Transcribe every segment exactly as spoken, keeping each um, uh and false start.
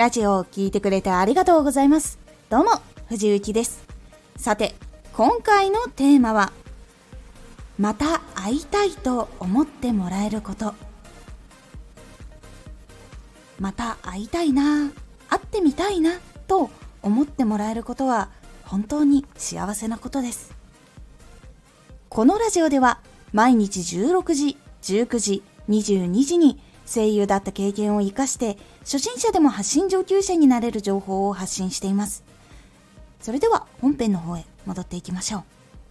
ラジオを聞いてくれてありがとうございます。どうも、藤幸です。さて、今回のテーマは、また会いたいと思ってもらえること。また会いたいな、会ってみたいなと思ってもらえることは本当に幸せなことです。このラジオでは毎日じゅうろくじ、じゅうくじ、にじゅうにじに声優だった経験を生かして初心者でも発信上級者になれる情報を発信しています。それでは本編の方へ戻っていきましょう。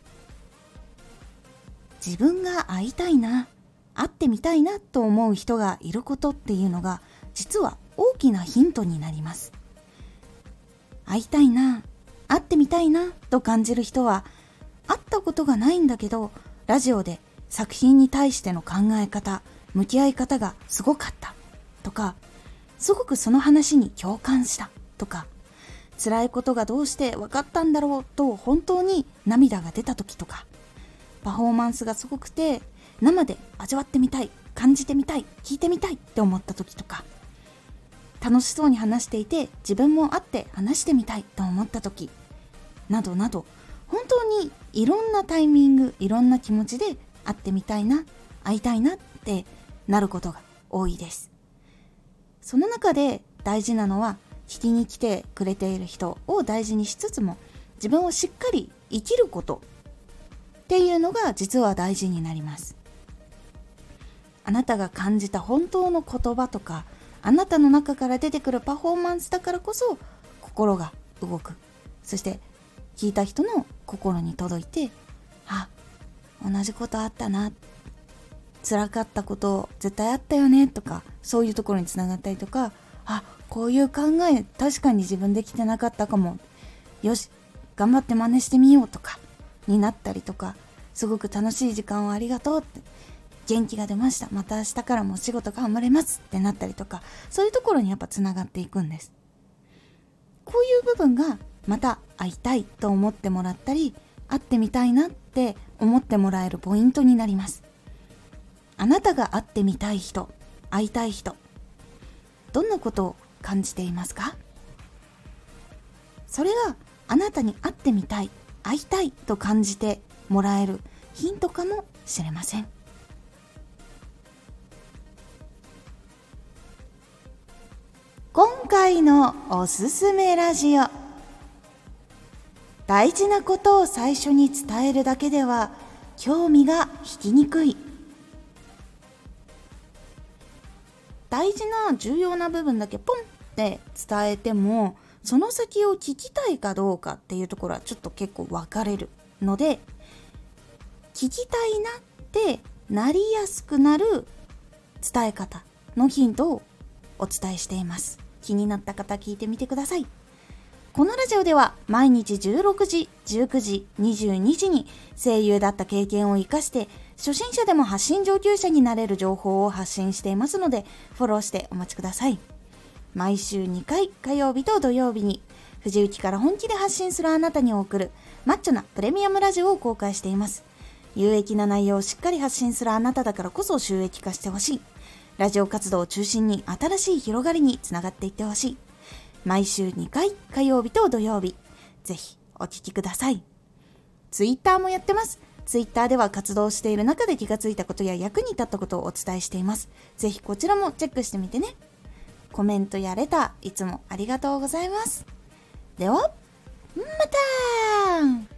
自分が会いたいな、会ってみたいなと思う人がいることっていうのが実は大きなヒントになります。会いたいな、会ってみたいなと感じる人は、会ったことがないんだけどラジオで作品に対しての考え方、向き合い方がすごかったとか、すごくその話に共感したとか、辛いことがどうして分かったんだろうと本当に涙が出た時とか、パフォーマンスがすごくて生で味わってみたい、感じてみたい、聞いてみたいって思った時とか、楽しそうに話していて自分も会って話してみたいと思った時などなど、本当にいろんなタイミング、いろんな気持ちで会ってみたいな、会いたいなってなることが多いです。その中で大事なのは、聞きに来てくれている人を大事にしつつも自分をしっかり生きることっていうのが実は大事になります。あなたが感じた本当の言葉とか、あなたの中から出てくるパフォーマンスだからこそ心が動く。そして聞いた人の心に届いて、あ、同じことあったな、辛かったこと絶対あったよねとか、そういうところにつながったりとか、あ、こういう考え確かに自分できてなかったかも、よし頑張って真似してみようとかになったりとか、すごく楽しい時間をありがとうって、元気が出ました、また明日からもお仕事頑張れますってなったりとか、そういうところにやっぱつながっていくんです。こういう部分がまた会いたいと思ってもらったり、会ってみたいなって思ってもらえるポイントになります。あなたが会ってみたい人、会いたい人、どんなことを感じていますか？それがあなたに会ってみたい、会いたいと感じてもらえるヒントかもしれません。今回のおすすめラジオ。大事なことを最初に伝えるだけでは興味が引きにくい。大事な重要な部分だけポンって伝えても、その先を聞きたいかどうかっていうところはちょっと結構分かれるので、聞きたいなってなりやすくなる伝え方のヒントをお伝えしています。気になった方聞いてみてください。このラジオでは毎日じゅうろくじ、じゅうくじ、にじゅうにじに声優だった経験を生かして初心者でも発信上級者になれる情報を発信していますので、フォローしてお待ちください。毎週にかい、火曜日と土曜日に藤雪から本気で発信するあなたに送るマッチョなプレミアムラジオを公開しています。有益な内容をしっかり発信するあなただからこそ収益化してほしい。ラジオ活動を中心に新しい広がりにつながっていってほしい。毎週にかい、火曜日と土曜日、ぜひお聞きください。ツイッターもやってます。ツイッターでは活動している中で気がついたことや役に立ったことをお伝えしています。ぜひこちらもチェックしてみてね。コメントやレターいつもありがとうございます。ではまたー。